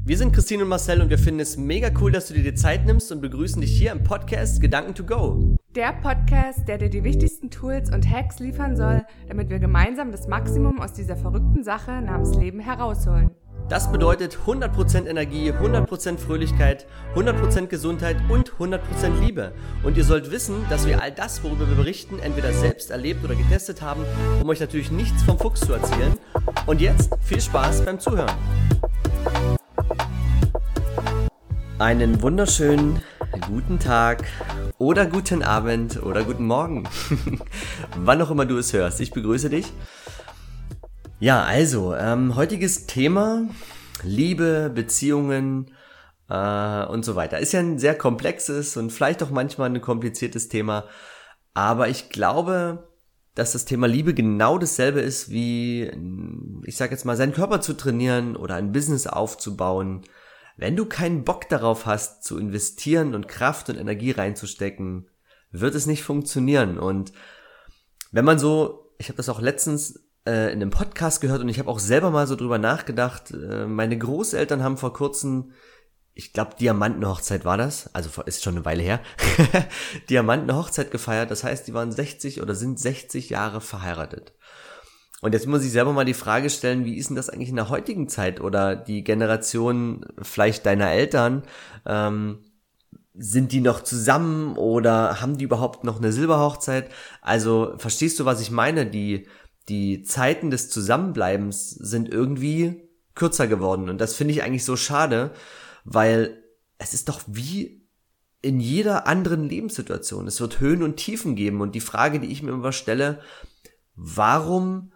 Wir sind Christine und Marcel und wir finden es mega cool, dass du dir die Zeit nimmst und begrüßen dich hier im Podcast Gedanken to go. Der Podcast, der dir die wichtigsten Tools und Hacks liefern soll, damit wir gemeinsam das Maximum aus dieser verrückten Sache namens Leben herausholen. Das bedeutet 100% Energie, 100% Fröhlichkeit, 100% Gesundheit und 100% Liebe. Und ihr sollt wissen, dass wir all das, worüber wir berichten, entweder selbst erlebt oder getestet haben, um euch natürlich nichts vom Fuchs zu erzählen. Und jetzt viel Spaß beim Zuhören. Einen wunderschönen guten Tag oder guten Abend oder guten Morgen, wann auch immer du es hörst. Ich begrüße dich. Ja, also, heutiges Thema, Liebe, Beziehungen und so weiter. Ist ja ein sehr komplexes und vielleicht auch manchmal ein kompliziertes Thema, aber ich glaube, dass das Thema Liebe genau dasselbe ist wie, ich sag jetzt mal, seinen Körper zu trainieren oder ein Business aufzubauen. Wenn du keinen Bock darauf hast, zu investieren und Kraft und Energie reinzustecken, wird es nicht funktionieren. Und wenn man so, ich habe das auch letztens in einem Podcast gehört und ich habe auch selber mal so drüber nachgedacht, meine Großeltern haben vor kurzem, ich glaube Diamantenhochzeit war das, also ist schon eine Weile her, Diamantenhochzeit gefeiert, das heißt, die waren 60 oder sind 60 Jahre verheiratet. Und jetzt muss ich selber mal die Frage stellen, wie ist denn das eigentlich in der heutigen Zeit oder die Generation vielleicht deiner Eltern, sind die noch zusammen oder haben die überhaupt noch eine Silberhochzeit? Also verstehst du, was ich meine? Die Zeiten des Zusammenbleibens sind irgendwie kürzer geworden und das finde ich eigentlich so schade, weil es ist doch wie in jeder anderen Lebenssituation. Es wird Höhen und Tiefen geben und die Frage, die ich mir immer stelle, warum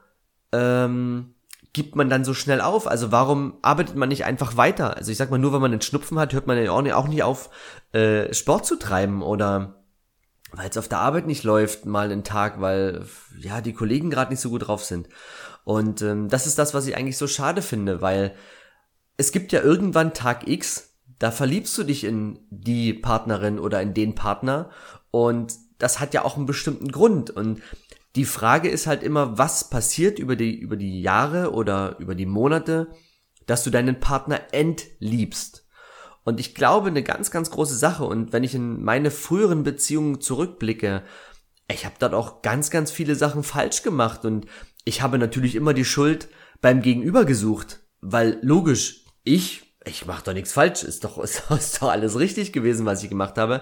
gibt man dann so schnell auf? Also warum arbeitet man nicht einfach weiter? Also ich sag mal, nur wenn man einen Schnupfen hat, hört man ja auch nicht auf, Sport zu treiben oder weil es auf der Arbeit nicht läuft, mal einen Tag, weil ja die Kollegen gerade nicht so gut drauf sind. Und das ist das, was ich eigentlich so schade finde, weil es gibt ja irgendwann Tag X, da verliebst du dich in die Partnerin oder in den Partner und das hat ja auch einen bestimmten Grund und die Frage ist halt immer, was passiert über die Jahre oder über die Monate, dass du deinen Partner entliebst. Und ich glaube, eine ganz, ganz große Sache, und wenn ich in meine früheren Beziehungen zurückblicke, ich habe dort auch ganz, ganz viele Sachen falsch gemacht und ich habe natürlich immer die Schuld beim Gegenüber gesucht, weil logisch, ich mache doch nichts falsch, ist doch alles richtig gewesen, was ich gemacht habe.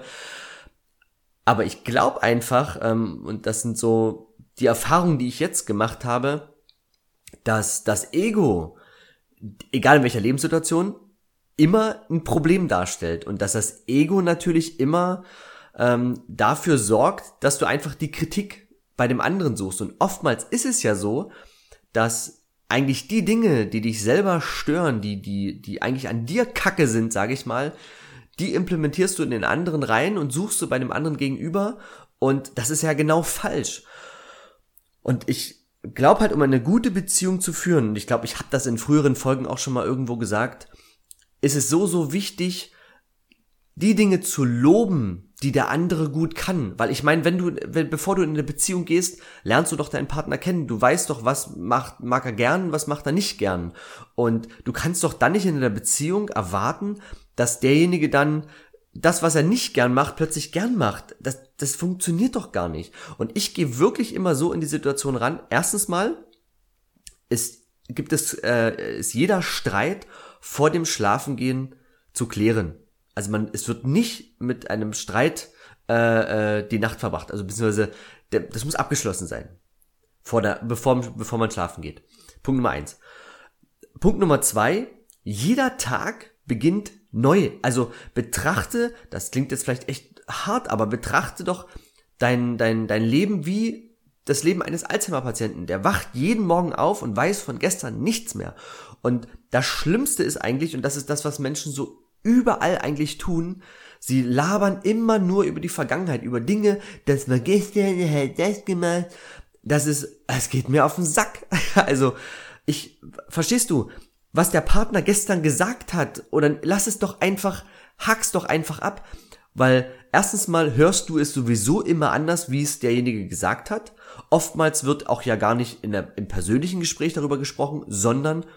Aber ich glaube einfach, und das sind so die Erfahrungen, die ich jetzt gemacht habe, dass das Ego, egal in welcher Lebenssituation, immer ein Problem darstellt und dass das Ego natürlich immer dafür sorgt, dass du einfach die Kritik bei dem anderen suchst. Und oftmals ist es ja so, dass eigentlich die Dinge, die dich selber stören, die eigentlich an dir Kacke sind, sage ich mal, die implementierst du in den anderen rein und suchst du bei dem anderen gegenüber und das ist ja genau falsch. Und ich glaube halt, um eine gute Beziehung zu führen, und ich glaube, ich habe das in früheren Folgen auch schon mal irgendwo gesagt, ist es so wichtig, die Dinge zu loben, die der andere gut kann. Weil ich meine, bevor du in eine Beziehung gehst, lernst du doch deinen Partner kennen. Du weißt doch, was mag er gern, was macht er nicht gern. Und du kannst doch dann nicht in einer Beziehung erwarten, dass derjenige dann das, was er nicht gern macht, plötzlich gern macht. Das funktioniert doch gar nicht. Und ich gehe wirklich immer so in die Situation ran. Erstens mal ist jeder Streit vor dem Schlafengehen zu klären. Also es wird nicht mit einem Streit die Nacht verbracht. Also beziehungsweise das muss abgeschlossen sein, bevor man schlafen geht. Punkt Nummer 1. Punkt Nummer 2, jeder Tag beginnt neu. Also betrachte, das klingt jetzt vielleicht echt hart, aber betrachte doch dein Leben wie das Leben eines Alzheimer-Patienten. Der wacht jeden Morgen auf und weiß von gestern nichts mehr. Und das Schlimmste ist eigentlich, und das ist das, was Menschen so überall eigentlich tun, sie labern immer nur über die Vergangenheit, über Dinge, das war gestern, der hat das gemacht. Es geht mir auf den Sack. Also, verstehst du, was der Partner gestern gesagt hat, oder hack's doch einfach ab, weil erstens mal hörst du es sowieso immer anders, wie es derjenige gesagt hat. Oftmals wird auch ja gar nicht im persönlichen Gespräch darüber gesprochen, sondern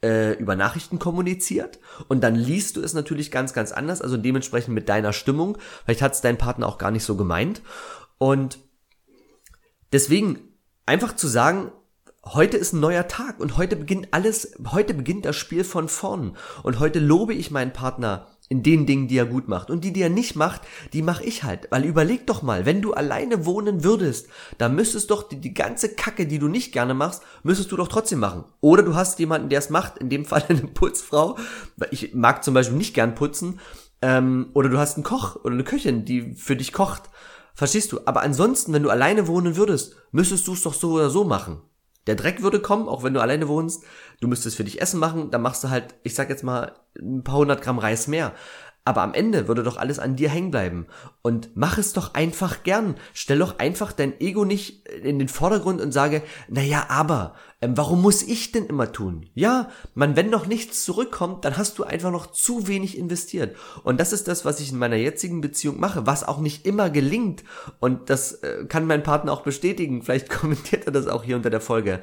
über Nachrichten kommuniziert und dann liest du es natürlich ganz, ganz anders, also dementsprechend mit deiner Stimmung. Vielleicht hat es dein Partner auch gar nicht so gemeint. Und deswegen einfach zu sagen, heute ist ein neuer Tag und heute beginnt das Spiel von vorn und heute lobe ich meinen Partner in den Dingen, die er gut macht. Und die er nicht macht, die mache ich halt. Weil überleg doch mal, wenn du alleine wohnen würdest, dann müsstest doch die ganze Kacke, die du nicht gerne machst, müsstest du doch trotzdem machen. Oder du hast jemanden, der es macht, in dem Fall eine Putzfrau. Ich mag zum Beispiel nicht gern putzen. Oder du hast einen Koch oder eine Köchin, die für dich kocht. Verstehst du? Aber ansonsten, wenn du alleine wohnen würdest, müsstest du es doch so oder so machen. Der Dreck würde kommen, auch wenn du alleine wohnst. Du müsstest für dich Essen machen, dann machst du halt, ich sag jetzt mal, ein paar 100 Gramm Reis mehr. Aber am Ende würde doch alles an dir hängen bleiben. Und mach es doch einfach gern. Stell doch einfach dein Ego nicht in den Vordergrund und sage, naja, aber, warum muss ich denn immer tun? Ja, wenn noch nichts zurückkommt, dann hast du einfach noch zu wenig investiert. Und das ist das, was ich in meiner jetzigen Beziehung mache, was auch nicht immer gelingt. Und das kann mein Partner auch bestätigen. Vielleicht kommentiert er das auch hier unter der Folge.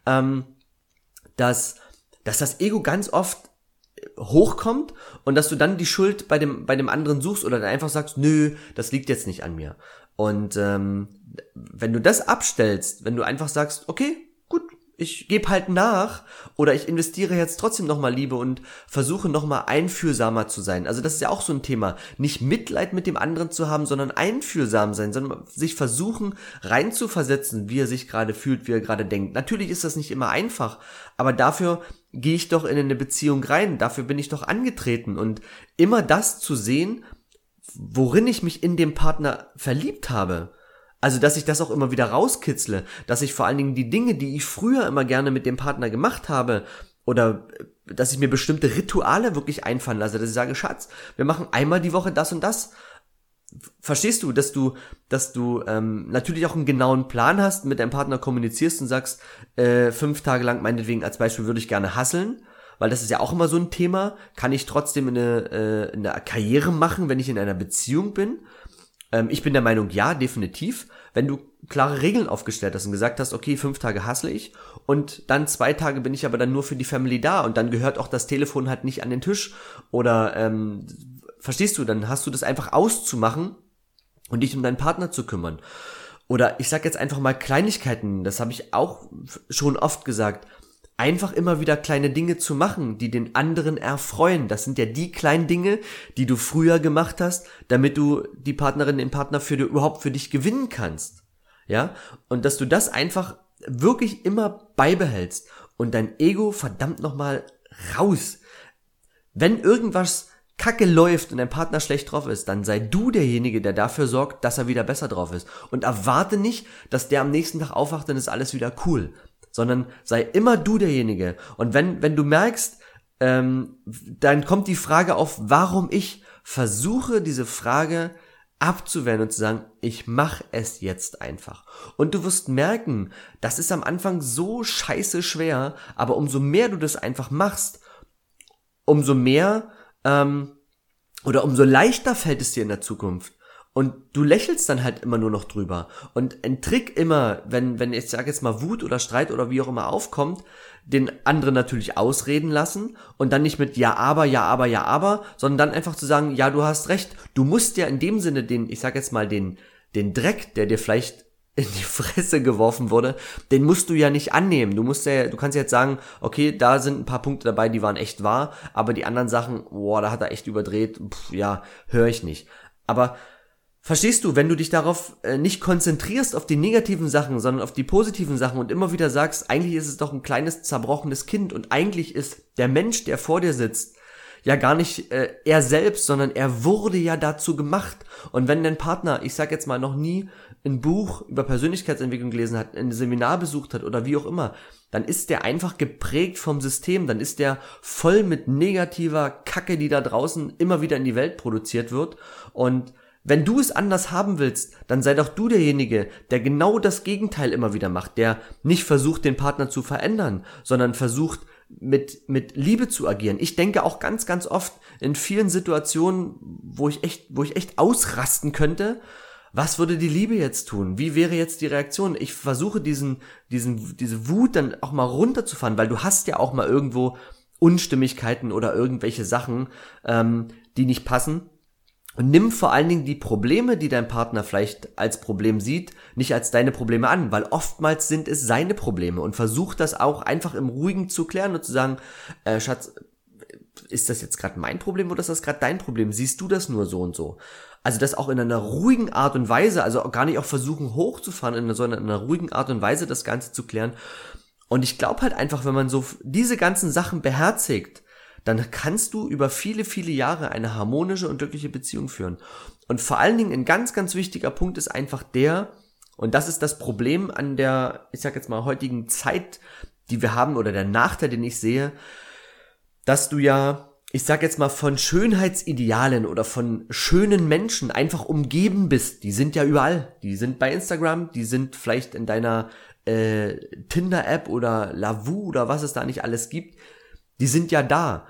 Dass das Ego ganz oft hochkommt und dass du dann die Schuld bei dem anderen suchst oder dann einfach sagst, nö, das liegt jetzt nicht an mir. Und wenn du das abstellst, wenn du einfach sagst, okay, gut, ich gebe halt nach oder ich investiere jetzt trotzdem nochmal Liebe und versuche nochmal einfühlsamer zu sein. Also das ist ja auch so ein Thema. Nicht Mitleid mit dem anderen zu haben, sondern einfühlsam sein, sondern sich versuchen reinzuversetzen, wie er sich gerade fühlt, wie er gerade denkt. Natürlich ist das nicht immer einfach, aber dafür gehe ich doch in eine Beziehung rein, dafür bin ich doch angetreten und immer das zu sehen, worin ich mich in dem Partner verliebt habe. Also, dass ich das auch immer wieder rauskitzle, dass ich vor allen Dingen die Dinge, die ich früher immer gerne mit dem Partner gemacht habe, oder dass ich mir bestimmte Rituale wirklich einfallen lasse, dass ich sage, Schatz, wir machen einmal die Woche das und das. Verstehst du, dass du natürlich auch einen genauen Plan hast, mit deinem Partner kommunizierst und sagst, 5 Tage lang, meinetwegen als Beispiel, würde ich gerne hustlen, weil das ist ja auch immer so ein Thema. Kann ich trotzdem eine Karriere machen, wenn ich in einer Beziehung bin? Ich bin der Meinung, ja, definitiv. Wenn du klare Regeln aufgestellt hast und gesagt hast, okay, 5 Tage hustle ich und dann 2 Tage bin ich aber dann nur für die Family da und dann gehört auch das Telefon halt nicht an den Tisch oder verstehst du, dann hast du das einfach auszumachen und dich um deinen Partner zu kümmern. Oder ich sag jetzt einfach mal Kleinigkeiten, das habe ich auch schon oft gesagt, einfach immer wieder kleine Dinge zu machen, die den anderen erfreuen. Das sind ja die kleinen Dinge, die du früher gemacht hast, damit du die Partnerin, den Partner überhaupt für dich gewinnen kannst. Ja? Und dass du das einfach wirklich immer beibehältst und dein Ego verdammt nochmal raus. Wenn irgendwas Kacke läuft und dein Partner schlecht drauf ist, dann sei du derjenige, der dafür sorgt, dass er wieder besser drauf ist. Und erwarte nicht, dass der am nächsten Tag aufwacht, dann ist alles wieder cool. Sondern sei immer du derjenige. Und wenn du merkst, dann kommt die Frage auf, warum ich versuche, diese Frage abzuwehren und zu sagen, ich mache es jetzt einfach. Und du wirst merken, das ist am Anfang so scheiße schwer, aber umso mehr du das einfach machst, umso mehr oder umso leichter fällt es dir in der Zukunft. Und du lächelst dann halt immer nur noch drüber. Und ein Trick immer, wenn ich sage jetzt mal Wut oder Streit oder wie auch immer aufkommt, den anderen natürlich ausreden lassen und dann nicht mit ja, aber, sondern dann einfach zu sagen, ja, du hast recht. Du musst ja in dem Sinne den Dreck, der dir vielleicht in die Fresse geworfen wurde, den musst du ja nicht annehmen. Du kannst jetzt sagen, okay, da sind ein paar Punkte dabei, die waren echt wahr, aber die anderen Sachen, da hat er echt überdreht, höre ich nicht. Aber verstehst du, wenn du dich darauf nicht konzentrierst auf die negativen Sachen, sondern auf die positiven Sachen und immer wieder sagst, eigentlich ist es doch ein kleines, zerbrochenes Kind und eigentlich ist der Mensch, der vor dir sitzt, ja gar nicht er selbst, sondern er wurde ja dazu gemacht. Und wenn dein Partner, ich sag jetzt mal, noch nie ein Buch über Persönlichkeitsentwicklung gelesen hat, ein Seminar besucht hat oder wie auch immer, dann ist der einfach geprägt vom System, dann ist der voll mit negativer Kacke, die da draußen immer wieder in die Welt produziert wird. Und wenn du es anders haben willst, dann sei doch du derjenige, der genau das Gegenteil immer wieder macht, der nicht versucht, den Partner zu verändern, sondern versucht, mit Liebe zu agieren. Ich denke auch ganz, ganz oft in vielen Situationen, wo ich echt ausrasten könnte, was würde die Liebe jetzt tun? Wie wäre jetzt die Reaktion? Ich versuche diese Wut dann auch mal runterzufahren, weil du hast ja auch mal irgendwo Unstimmigkeiten oder irgendwelche Sachen, die nicht passen. Und nimm vor allen Dingen die Probleme, die dein Partner vielleicht als Problem sieht, nicht als deine Probleme an, weil oftmals sind es seine Probleme, und versuch das auch einfach im Ruhigen zu klären und zu sagen, Schatz, ist das jetzt gerade mein Problem oder ist das gerade dein Problem? Siehst du das nur so und so? Also das auch in einer ruhigen Art und Weise, also gar nicht auch versuchen hochzufahren, sondern in einer ruhigen Art und Weise das Ganze zu klären. Und ich glaube halt einfach, wenn man so diese ganzen Sachen beherzigt, dann kannst du über viele, viele Jahre eine harmonische und glückliche Beziehung führen. Und vor allen Dingen ein ganz, ganz wichtiger Punkt ist einfach und das ist das Problem an der, ich sag jetzt mal, heutigen Zeit, die wir haben, oder der Nachteil, den ich sehe, dass du ja, ich sag jetzt mal, von Schönheitsidealen oder von schönen Menschen einfach umgeben bist. Die sind ja überall. Die sind bei Instagram, die sind vielleicht in deiner Tinder-App oder Lavu oder was es da nicht alles gibt. Die sind ja da.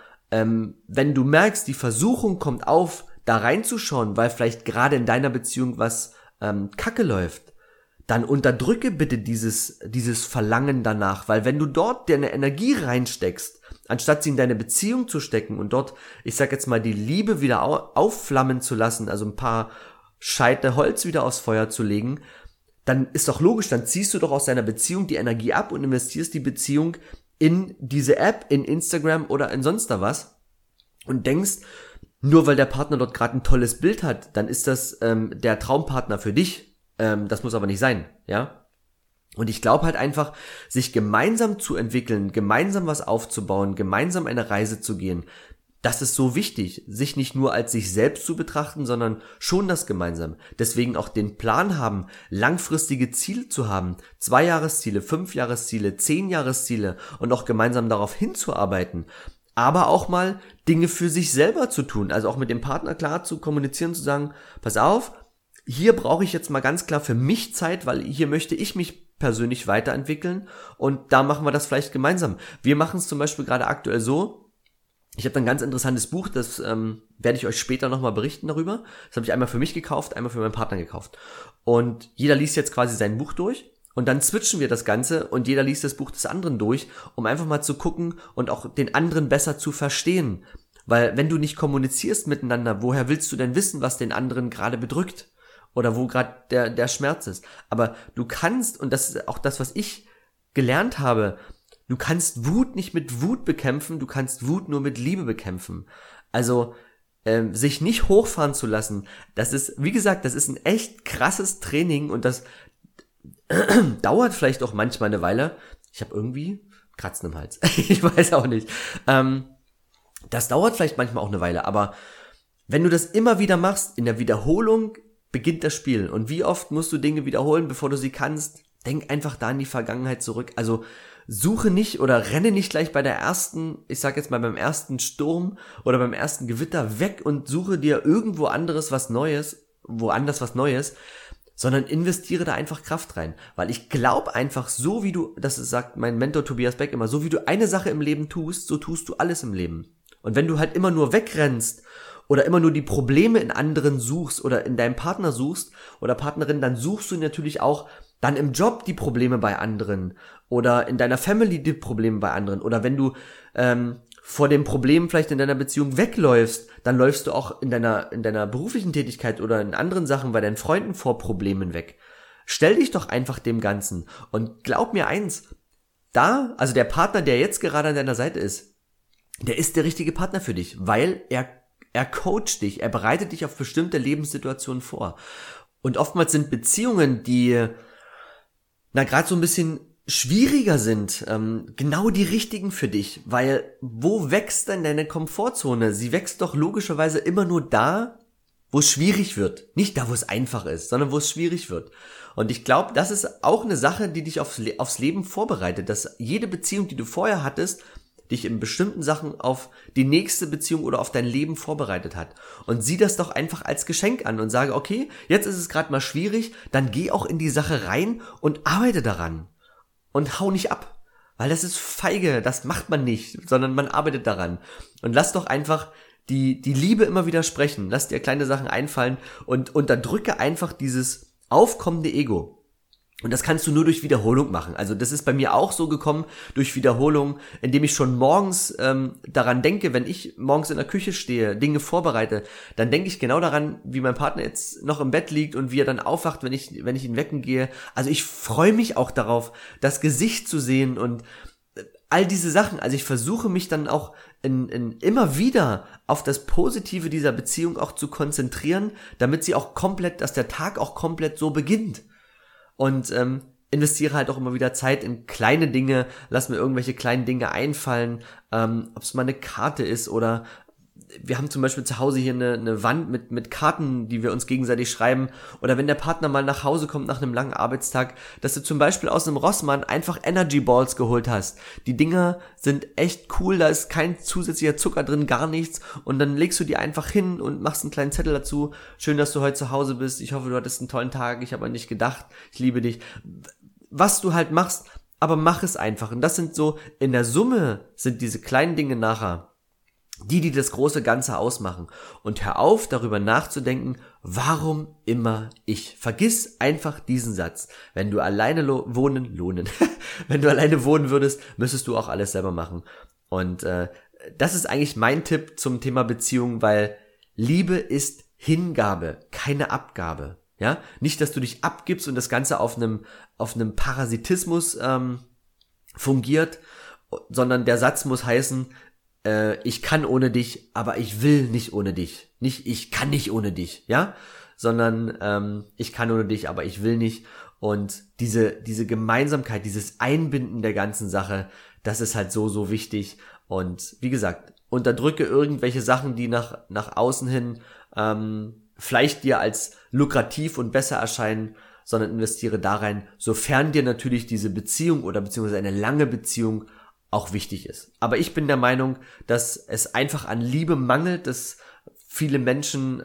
Wenn du merkst, die Versuchung kommt auf, da reinzuschauen, weil vielleicht gerade in deiner Beziehung was Kacke läuft, dann unterdrücke bitte dieses Verlangen danach, weil wenn du dort deine Energie reinsteckst, anstatt sie in deine Beziehung zu stecken und dort, ich sag jetzt mal, die Liebe wieder aufflammen zu lassen, also ein paar Scheite Holz wieder aufs Feuer zu legen, dann ist doch logisch, dann ziehst du doch aus deiner Beziehung die Energie ab und investierst die Beziehung in diese App, in Instagram oder in sonst da was und denkst, nur weil der Partner dort gerade ein tolles Bild hat, dann ist das der Traumpartner für dich. Das muss aber nicht sein, ja. Und ich glaube halt einfach, sich gemeinsam zu entwickeln, gemeinsam was aufzubauen, gemeinsam eine Reise zu gehen, das ist so wichtig, sich nicht nur als sich selbst zu betrachten, sondern schon das gemeinsam. Deswegen auch den Plan haben, langfristige Ziele zu haben, 2-Jahresziele, 5-Jahresziele, 10-Jahresziele und auch gemeinsam darauf hinzuarbeiten. Aber auch mal Dinge für sich selber zu tun, also auch mit dem Partner klar zu kommunizieren, zu sagen, pass auf, hier brauche ich jetzt mal ganz klar für mich Zeit, weil hier möchte ich mich persönlich weiterentwickeln und da machen wir das vielleicht gemeinsam. Wir machen es zum Beispiel gerade aktuell so, ich habe ein ganz interessantes Buch, das werde ich euch später nochmal berichten darüber. Das habe ich einmal für mich gekauft, einmal für meinen Partner gekauft. Und jeder liest jetzt quasi sein Buch durch und dann switchen wir das Ganze und jeder liest das Buch des anderen durch, um einfach mal zu gucken und auch den anderen besser zu verstehen. Weil wenn du nicht kommunizierst miteinander, woher willst du denn wissen, was den anderen gerade bedrückt? Oder wo gerade der Schmerz ist? Aber du kannst, und das ist auch das, was ich gelernt habe, du kannst Wut nicht mit Wut bekämpfen, du kannst Wut nur mit Liebe bekämpfen. Also sich nicht hochfahren zu lassen, das ist, wie gesagt, das ist ein echt krasses Training und das dauert vielleicht auch manchmal eine Weile. Ich habe irgendwie Kratzen im Hals. Ich weiß auch nicht. Das dauert vielleicht manchmal auch eine Weile, aber wenn du das immer wieder machst, in der Wiederholung beginnt das Spiel. Und wie oft musst du Dinge wiederholen, bevor du sie kannst? Denk einfach da in die Vergangenheit zurück. Also suche nicht oder renne nicht gleich bei der ersten, ich sag jetzt mal beim ersten Sturm oder beim ersten Gewitter weg und suche dir irgendwo woanders was Neues, sondern investiere da einfach Kraft rein. Weil ich glaube einfach, so wie du, das sagt mein Mentor Tobias Beck immer, so wie du eine Sache im Leben tust, so tust du alles im Leben. Und wenn du halt immer nur wegrennst oder immer nur die Probleme in anderen suchst oder in deinem Partner suchst oder Partnerin, dann suchst du natürlich auch dann im Job die Probleme bei anderen oder in deiner Family die Probleme bei anderen oder wenn du vor dem Problem vielleicht in deiner Beziehung wegläufst, dann läufst du auch in deiner beruflichen Tätigkeit oder in anderen Sachen bei deinen Freunden vor Problemen weg. Stell dich doch einfach dem Ganzen und glaub mir eins, also der Partner, der jetzt gerade an deiner Seite ist, der ist der richtige Partner für dich, weil er coacht dich, er bereitet dich auf bestimmte Lebenssituationen vor. Und oftmals sind Beziehungen, die gerade so ein bisschen schwieriger sind, genau die richtigen für dich, weil wo wächst denn deine Komfortzone? Sie wächst doch logischerweise immer nur da, wo es schwierig wird. Nicht da, wo es einfach ist, sondern wo es schwierig wird. Und ich glaube, das ist auch eine Sache, die dich aufs Leben vorbereitet, dass jede Beziehung, die du vorher hattest, dich in bestimmten Sachen auf die nächste Beziehung oder auf dein Leben vorbereitet hat. Und sieh das doch einfach als Geschenk an und sage, okay, jetzt ist es gerade mal schwierig, dann geh auch in die Sache rein und arbeite daran. Und hau nicht ab, weil das ist feige, das macht man nicht, sondern man arbeitet daran. Und lass doch einfach die Liebe immer wieder sprechen, lass dir kleine Sachen einfallen und unterdrücke einfach dieses aufkommende Ego. Und das kannst du nur durch Wiederholung machen. Also das ist bei mir auch so gekommen, durch Wiederholung, indem ich schon morgens daran denke, wenn ich morgens in der Küche stehe, Dinge vorbereite, dann denke ich genau daran, wie mein Partner jetzt noch im Bett liegt und wie er dann aufwacht, wenn ich ihn wecken gehe. Also ich freue mich auch darauf, das Gesicht zu sehen und all diese Sachen. Also ich versuche mich dann auch immer wieder auf das Positive dieser Beziehung auch zu konzentrieren, damit dass der Tag auch komplett so beginnt. Und investiere halt auch immer wieder Zeit in kleine Dinge, lass mir irgendwelche kleinen Dinge einfallen, ob es mal eine Karte ist oder wir haben zum Beispiel zu Hause hier eine Wand mit Karten, die wir uns gegenseitig schreiben, oder wenn der Partner mal nach Hause kommt nach einem langen Arbeitstag, dass du zum Beispiel aus einem Rossmann einfach Energy Balls geholt hast. Die Dinger sind echt cool, da ist kein zusätzlicher Zucker drin, gar nichts, und dann legst du die einfach hin und machst einen kleinen Zettel dazu. Schön, dass du heute zu Hause bist, ich hoffe, du hattest einen tollen Tag, ich habe an dich gedacht, ich liebe dich. Was du halt machst, aber mach es einfach. Und das sind so, in der Summe sind diese kleinen Dinge nachher die das große Ganze ausmachen. Und hör auf, darüber nachzudenken, warum immer ich. Vergiss einfach diesen Satz. Wenn du alleine wenn du alleine wohnen würdest, müsstest du auch alles selber machen. Und das ist eigentlich mein Tipp zum Thema Beziehung, weil Liebe ist Hingabe, keine Abgabe. Ja, nicht, dass du dich abgibst und das Ganze auf einem Parasitismus fungiert, sondern der Satz muss heißen, ich kann ohne dich, aber ich will nicht ohne dich. Nicht, ich kann nicht ohne dich, ja? Sondern ich kann ohne dich, aber ich will nicht. Und diese Gemeinsamkeit, dieses Einbinden der ganzen Sache, das ist halt so wichtig. Und wie gesagt, unterdrücke irgendwelche Sachen, die nach außen hin vielleicht dir als lukrativ und besser erscheinen, sondern investiere da rein, sofern dir natürlich diese Beziehung oder beziehungsweise eine lange Beziehung auch wichtig ist. Aber ich bin der Meinung, dass es einfach an Liebe mangelt, dass viele Menschen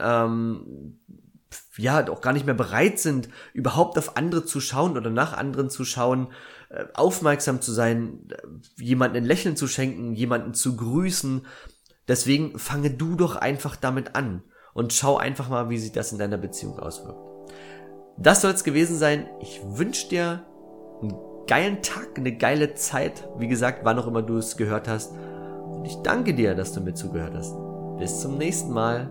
auch gar nicht mehr bereit sind, überhaupt auf andere zu schauen oder nach anderen zu schauen, aufmerksam zu sein, jemandem ein Lächeln zu schenken, jemanden zu grüßen. Deswegen fange du doch einfach damit an und schau einfach mal, wie sich das in deiner Beziehung auswirkt. Das soll es gewesen sein. Ich wünsche dir einen geilen Tag, eine geile Zeit. Wie gesagt, wann auch immer du es gehört hast. Und ich danke dir, dass du mir zugehört hast. Bis zum nächsten Mal.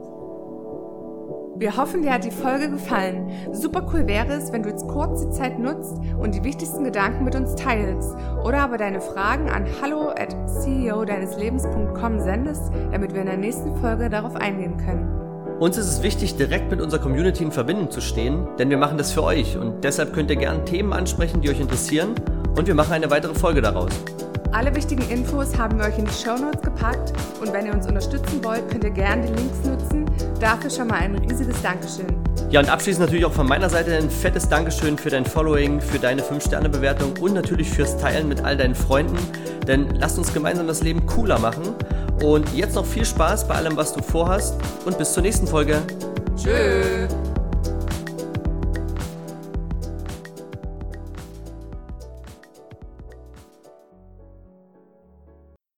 Wir hoffen, dir hat die Folge gefallen. Super cool wäre es, wenn du jetzt kurz die Zeit nutzt und die wichtigsten Gedanken mit uns teilst oder aber deine Fragen an hallo@ceodeineslebens.com sendest, damit wir in der nächsten Folge darauf eingehen können. Uns ist es wichtig, direkt mit unserer Community in Verbindung zu stehen, denn wir machen das für euch und deshalb könnt ihr gerne Themen ansprechen, die euch interessieren, und wir machen eine weitere Folge daraus. Alle wichtigen Infos haben wir euch in die Shownotes gepackt und wenn ihr uns unterstützen wollt, könnt ihr gerne die Links nutzen. Dafür schon mal ein riesiges Dankeschön. Ja, und abschließend natürlich auch von meiner Seite ein fettes Dankeschön für dein Following, für deine 5-Sterne-Bewertung und natürlich fürs Teilen mit all deinen Freunden, denn lasst uns gemeinsam das Leben cooler machen. Und jetzt noch viel Spaß bei allem, was du vorhast, und bis zur nächsten Folge. Tschüss.